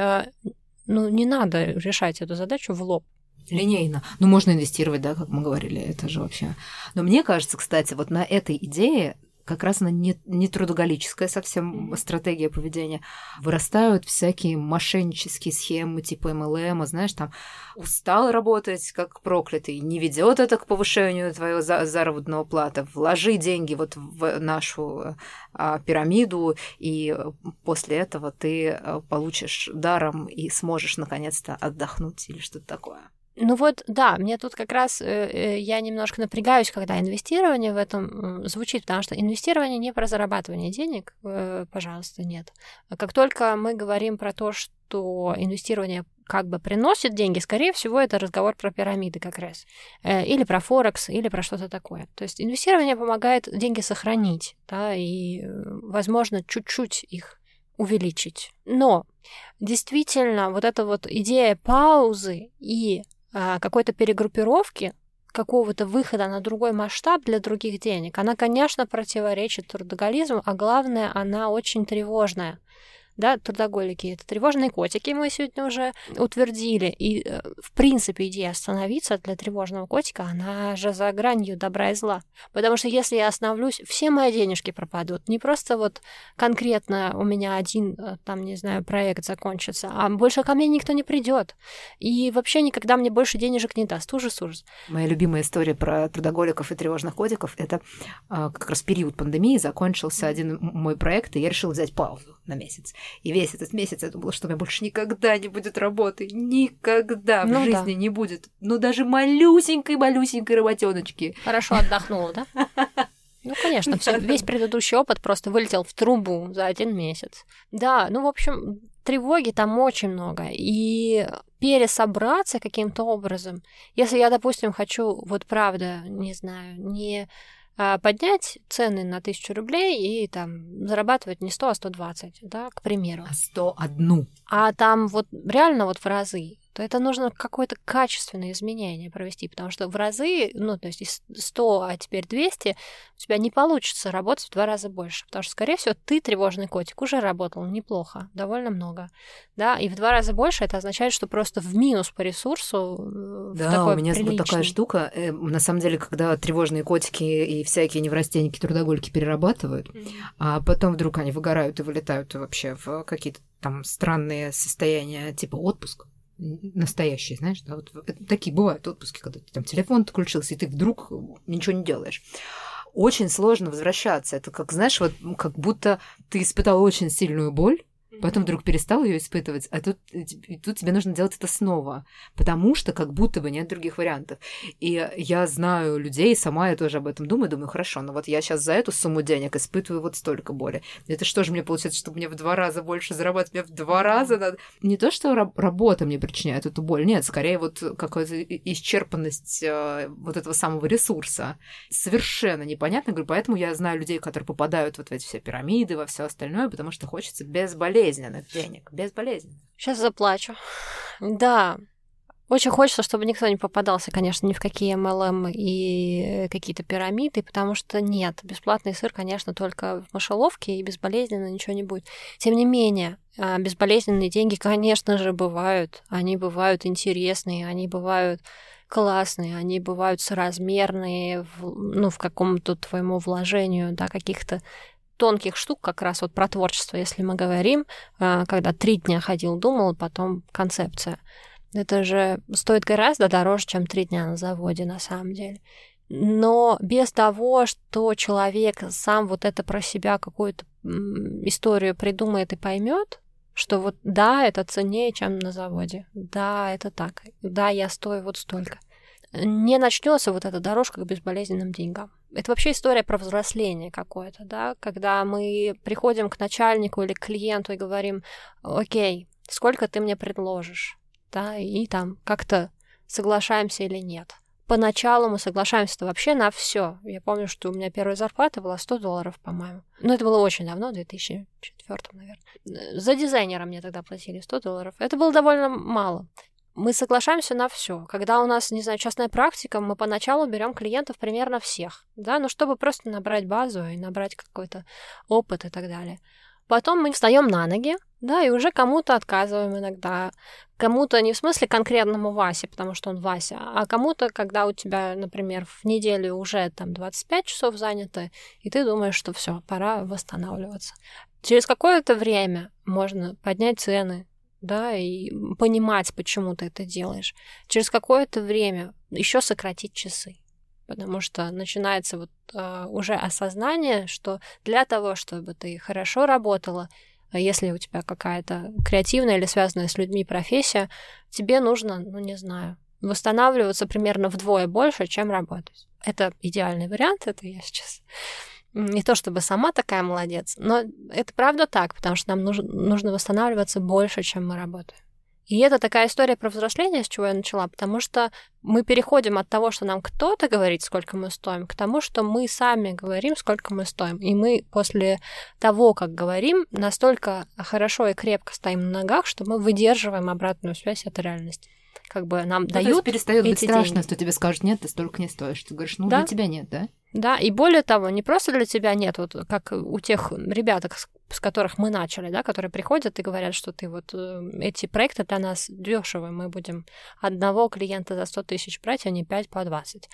не надо решать эту задачу в лоб. Линейно. Можно инвестировать, да, как мы говорили, это же вообще. Но мне кажется, кстати, вот на этой идее как раз она не трудоголическая совсем стратегия поведения. Вырастают всякие мошеннические схемы типа MLM, знаешь, там устал работать как проклятый, не ведет это к повышению твоего заработного платы, вложи деньги вот в нашу пирамиду, и после этого ты получишь даром и сможешь наконец-то отдохнуть или что-то такое. Ну вот, да, мне тут как раз я немножко напрягаюсь, когда инвестирование в этом звучит, потому что инвестирование не про зарабатывание денег, пожалуйста, нет. Как только мы говорим про то, что инвестирование как бы приносит деньги, скорее всего, это разговор про пирамиды как раз, или про Форекс, или про что-то такое. То есть инвестирование помогает деньги сохранить, да, и, возможно, чуть-чуть их увеличить. Но действительно, вот эта вот идея паузы и какой-то перегруппировки, какого-то выхода на другой масштаб для других денег, она, конечно, противоречит трудоголизму, а главное, она очень тревожная. Да, трудоголики — это тревожные котики, мы сегодня уже утвердили. И, в принципе, идея остановиться для тревожного котика, она же за гранью добра и зла. Потому что если я остановлюсь, все мои денежки пропадут. Не просто вот конкретно у меня один, там, не знаю, проект закончится, а больше ко мне никто не придет. И вообще никогда мне больше денежек не даст. Ужас. Моя любимая история про трудоголиков и тревожных котиков — это как раз период пандемии, закончился один мой проект, и я решила взять паузу на месяц. И весь этот месяц я думала, что у меня больше никогда не будет работы. Никогда в жизни не будет. Ну, даже малюсенькой работёночки. Хорошо отдохнула, да? Ну, конечно, весь предыдущий опыт просто вылетел в трубу за 1 месяц. Да, ну, в общем, тревоги там очень много. И пересобраться каким-то образом, если я, допустим, хочу, вот правда, не знаю, не поднять цены на 1000 рублей и там зарабатывать не 100, а 120, да, к примеру. А 101. А там вот реально вот в разы, то это нужно какое-то качественное изменение провести, потому что в разы, ну, то есть из 100, а теперь 200, у тебя не получится работать в 2 раза больше, потому что, скорее всего, ты, тревожный котик, уже работал неплохо, довольно много, да, и в 2 раза больше это означает, что просто в минус по ресурсу. Да, у меня вот такая штука, на самом деле, когда тревожные котики и всякие неврастенники, трудоголики перерабатывают, а потом вдруг они выгорают и вылетают вообще в какие-то там странные состояния, типа отпуск. Настоящие, знаешь, да, вот такие бывают отпуски, когда там телефон отключился, и ты вдруг ничего не делаешь. Очень сложно возвращаться. Это как, знаешь, вот как будто ты испытал очень сильную боль, потом вдруг перестал ее испытывать, а тут тебе нужно делать это снова, потому что как будто бы нет других вариантов. И я знаю людей, сама я тоже об этом думаю, хорошо, но вот я сейчас за эту сумму денег испытываю вот столько боли. Это что же мне получается, чтобы мне в 2 раза больше зарабатывать? Мне в 2 раза надо... Не то, что работа мне причиняет эту боль, нет, скорее вот какая-то исчерпанность вот этого самого ресурса. Совершенно непонятно, говорю, поэтому я знаю людей, которые попадают вот в эти все пирамиды, во все остальное, потому что хочется безболезненных денег, безболезненно. Сейчас заплачу. Да, очень хочется, чтобы никто не попадался, конечно, ни в какие MLM и какие-то пирамиды, потому что нет, бесплатный сыр, конечно, только в мышеловке, и безболезненно ничего не будет. Тем не менее, безболезненные деньги, конечно же, бывают. Они бывают интересные, они бывают классные, они бывают соразмерные в какому-то твоему вложению, да, каких-то тонких штук, как раз вот про творчество, если мы говорим, когда 3 дня ходил, думал, потом концепция. Это же стоит гораздо дороже, чем 3 дня на заводе, на самом деле. Но без того, что человек сам вот это про себя какую-то историю придумает и поймет, что вот да, это ценнее, чем на заводе. Да, это так. Да, я стою вот столько. Не начнется вот эта дорожка к безболезненным деньгам. Это вообще история про взросление какое-то, да, когда мы приходим к начальнику или к клиенту и говорим: окей, сколько ты мне предложишь, да, и там как-то соглашаемся или нет. Поначалу мы соглашаемся-то вообще на все. Я помню, что у меня первая зарплата была $100, по-моему. Но это было очень давно, в 2004, наверное. За дизайнера мне тогда платили $100. Это было довольно мало. Мы соглашаемся на все. Когда у нас, не знаю, частная практика, мы поначалу берем клиентов примерно всех, да, ну, чтобы просто набрать базу и набрать какой-то опыт и так далее. Потом мы встаем на ноги, да, и уже кому-то отказываем иногда. Кому-то не в смысле конкретному Васе, потому что он Вася, а кому-то, когда у тебя, например, в неделю уже там 25 часов заняты, и ты думаешь, что все, пора восстанавливаться. Через какое-то время можно поднять цены, да, и понимать, почему ты это делаешь. Через какое-то время еще сократить часы, потому что начинается вот уже осознание, что для того, чтобы ты хорошо работала, если у тебя какая-то креативная или связанная с людьми профессия, тебе нужно, ну, не знаю, восстанавливаться примерно вдвое больше, чем работать. Это идеальный вариант, это я сейчас... Не то чтобы сама такая молодец, но это правда так, потому что нам нужно восстанавливаться больше, чем мы работаем. И это такая история про взросление, с чего я начала, потому что мы переходим от того, что нам кто-то говорит, сколько мы стоим, к тому, что мы сами говорим, сколько мы стоим. И мы после того, как говорим, настолько хорошо и крепко стоим на ногах, что мы выдерживаем обратную связь от реальности. Как бы нам дают. То есть перестает быть страшно, деньги. Что тебе скажут: нет, ты столько не стоишь. Ты говоришь: ну, да? Для тебя нет, да? Да, и более того, не просто для тебя нет, вот как у тех ребяток, с которых мы начали, да, которые приходят и говорят, что ты вот эти проекты для нас дешевые, мы будем одного клиента за 100 тысяч брать, а не 5 по 20.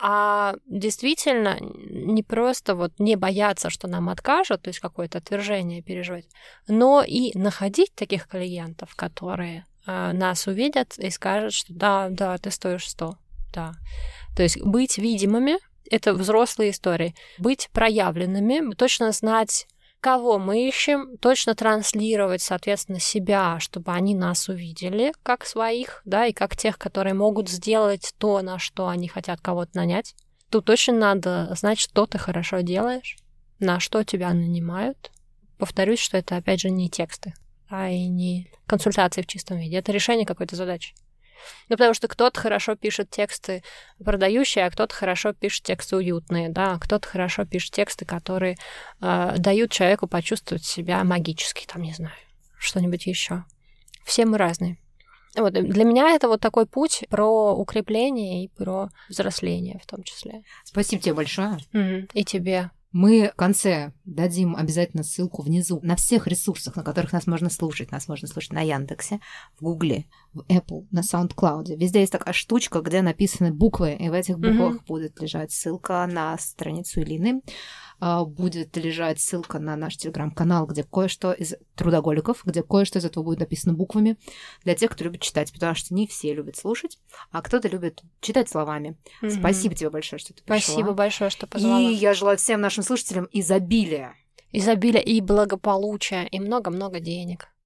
А действительно не просто вот не бояться, что нам откажут, то есть какое-то отвержение переживать, но и находить таких клиентов, которые нас увидят и скажут, что да, ты стоишь 100, да. То есть быть видимыми. Это взрослые истории. Быть проявленными, точно знать, кого мы ищем, точно транслировать, соответственно, себя, чтобы они нас увидели как своих, да, и как тех, которые могут сделать то, на что они хотят кого-то нанять. Тут точно надо знать, что ты хорошо делаешь, на что тебя нанимают. Повторюсь, что это, опять же, не тексты, а и не консультации в чистом виде. Это решение какой-то задачи. Ну, потому что кто-то хорошо пишет тексты продающие, а кто-то хорошо пишет тексты уютные, да, а кто-то хорошо пишет тексты, которые дают человеку почувствовать себя магически, там, не знаю, что-нибудь еще. Все мы разные. Вот, для меня это вот такой путь про укрепление и про взросление в том числе. Спасибо тебе большое. И тебе. Мы в конце дадим обязательно ссылку внизу на всех ресурсах, на которых нас можно слушать. Нас можно слушать на Яндексе, в Гугле, в Apple, на SoundCloud. Везде есть такая штучка, где написаны буквы, и в этих буквах будет лежать ссылка на страницу Элины. Будет лежать ссылка на наш телеграм-канал, где кое-что из трудоголиков, где кое-что из этого будет написано буквами для тех, кто любит читать, потому что не все любят слушать, а кто-то любит читать словами. Спасибо тебе большое, что ты пришла. Спасибо большое, что позвала. И я желаю всем нашим слушателям изобилия. Изобилия и благополучия, и много-много денег.